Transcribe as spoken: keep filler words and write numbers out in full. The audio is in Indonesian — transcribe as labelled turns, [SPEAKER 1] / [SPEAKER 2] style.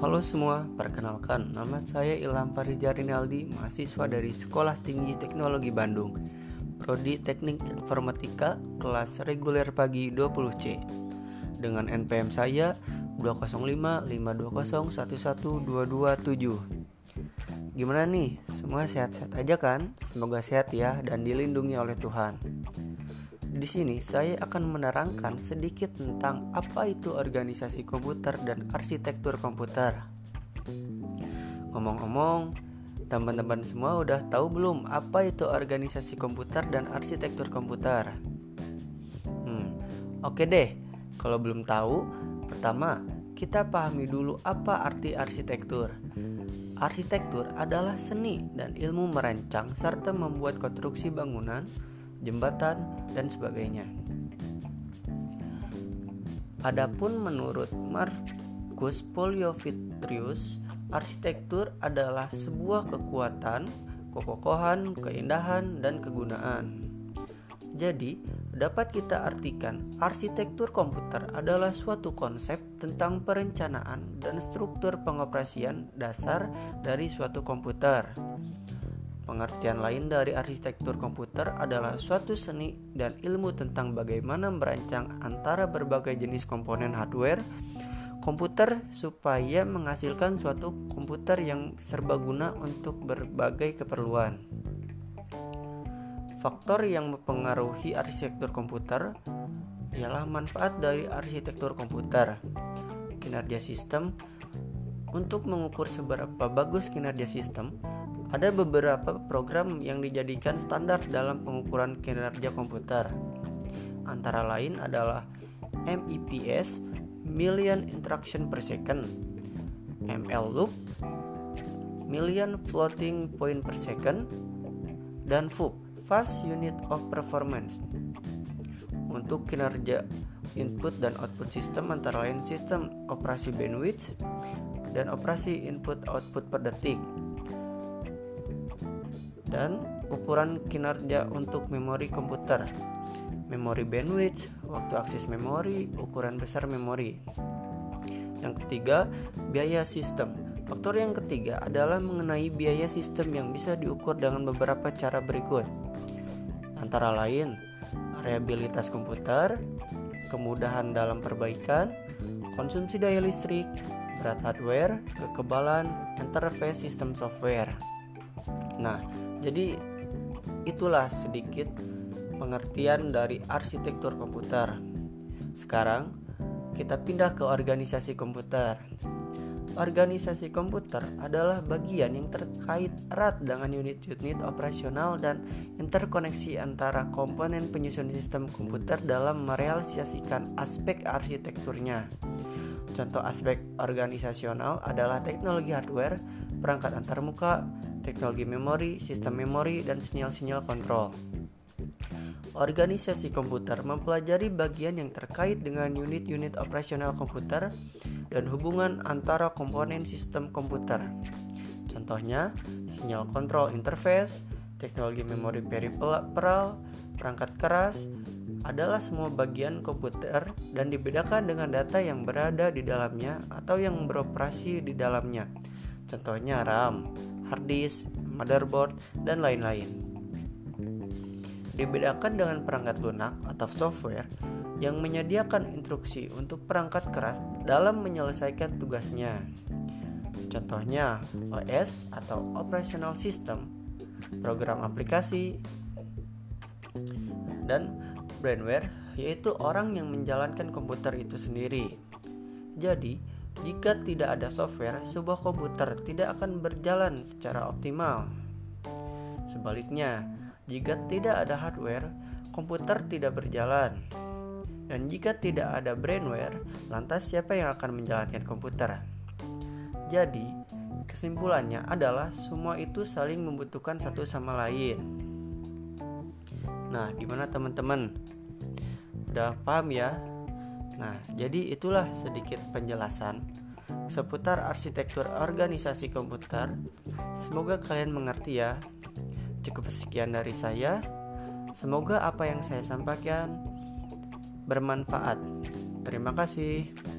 [SPEAKER 1] Halo semua, perkenalkan nama saya Ilham Farizah Rinaldi, mahasiswa dari Sekolah Tinggi Teknologi Bandung, Prodi Teknik Informatika, kelas reguler pagi dua puluh C. Dengan N P M saya dua nol lima lima dua nol satu satu dua dua tujuh. Gimana nih? Semua sehat-sehat aja kan? Semoga sehat ya dan dilindungi oleh Tuhan. Di sini saya akan menerangkan sedikit tentang apa itu organisasi komputer dan arsitektur komputer. Ngomong-ngomong, teman-teman semua udah tahu belum apa itu organisasi komputer dan arsitektur komputer? Hmm, oke deh. Kalau belum tahu, pertama kita pahami dulu apa arti arsitektur. Arsitektur adalah seni dan ilmu merancang serta membuat konstruksi bangunan, jembatan, dan sebagainya. Adapun menurut Marcus Poliovitrius, arsitektur adalah sebuah kekuatan, kekokohan, keindahan, dan kegunaan. Jadi, dapat kita artikan arsitektur komputer adalah suatu konsep tentang perencanaan dan struktur pengoperasian dasar dari suatu komputer. Pengertian lain dari arsitektur komputer adalah suatu seni dan ilmu tentang bagaimana merancang antara berbagai jenis komponen hardware komputer supaya menghasilkan suatu komputer yang serbaguna untuk berbagai keperluan. Faktor yang mempengaruhi arsitektur komputer ialah manfaat dari arsitektur komputer, kinerja sistem. Untuk mengukur seberapa bagus kinerja sistem, ada beberapa program yang dijadikan standar dalam pengukuran kinerja komputer. Antara lain adalah M I P S, Million Instruction per Second, M L Loop, Million Floating Point per Second, dan F U P, Fast Unit of Performance. Untuk kinerja input dan output sistem antara lain sistem operasi bandwidth dan operasi input-output per detik. Dan ukuran kinerja untuk memori komputer, memori bandwidth, waktu akses memori, ukuran besar memori. Yang ketiga, biaya sistem. Faktor yang ketiga adalah mengenai biaya sistem yang bisa diukur dengan beberapa cara berikut. Antara lain, reliabilitas komputer, kemudahan dalam perbaikan, konsumsi daya listrik, berat hardware, kekebalan, interface sistem software. Nah, jadi itulah sedikit pengertian dari arsitektur komputer. Sekarang kita pindah ke organisasi komputer. Organisasi komputer adalah bagian yang terkait erat dengan unit-unit operasional dan interkoneksi antara komponen penyusun sistem komputer dalam merealisasikan aspek arsitekturnya. Contoh aspek organisasional adalah teknologi hardware, perangkat antarmuka, teknologi memori, sistem memori, dan sinyal-sinyal kontrol. Organisasi komputer mempelajari bagian yang terkait dengan unit-unit operasional komputer dan hubungan antara komponen sistem komputer. Contohnya, sinyal kontrol interface, teknologi memori periferal, perangkat keras, adalah semua bagian komputer dan dibedakan dengan data yang berada di dalamnya atau yang beroperasi di dalamnya. Contohnya RAM, hard disk, motherboard, dan lain-lain. Dibedakan dengan perangkat lunak atau software yang menyediakan instruksi untuk perangkat keras dalam menyelesaikan tugasnya. Contohnya O S atau Operational System, program aplikasi, dan brainware, yaitu orang yang menjalankan komputer itu sendiri. Jadi, jika tidak ada software, sebuah komputer tidak akan berjalan secara optimal. Sebaliknya, jika tidak ada hardware, komputer tidak berjalan. Dan jika tidak ada brainware, lantas siapa yang akan menjalankan komputer? Jadi, kesimpulannya adalah semua itu saling membutuhkan satu sama lain. Nah, gimana teman-teman? Udah paham ya? Nah, jadi itulah sedikit penjelasan seputar arsitektur organisasi komputer. Semoga kalian mengerti ya. Cukup sekian dari saya. Semoga apa yang saya sampaikan bermanfaat. Terima kasih.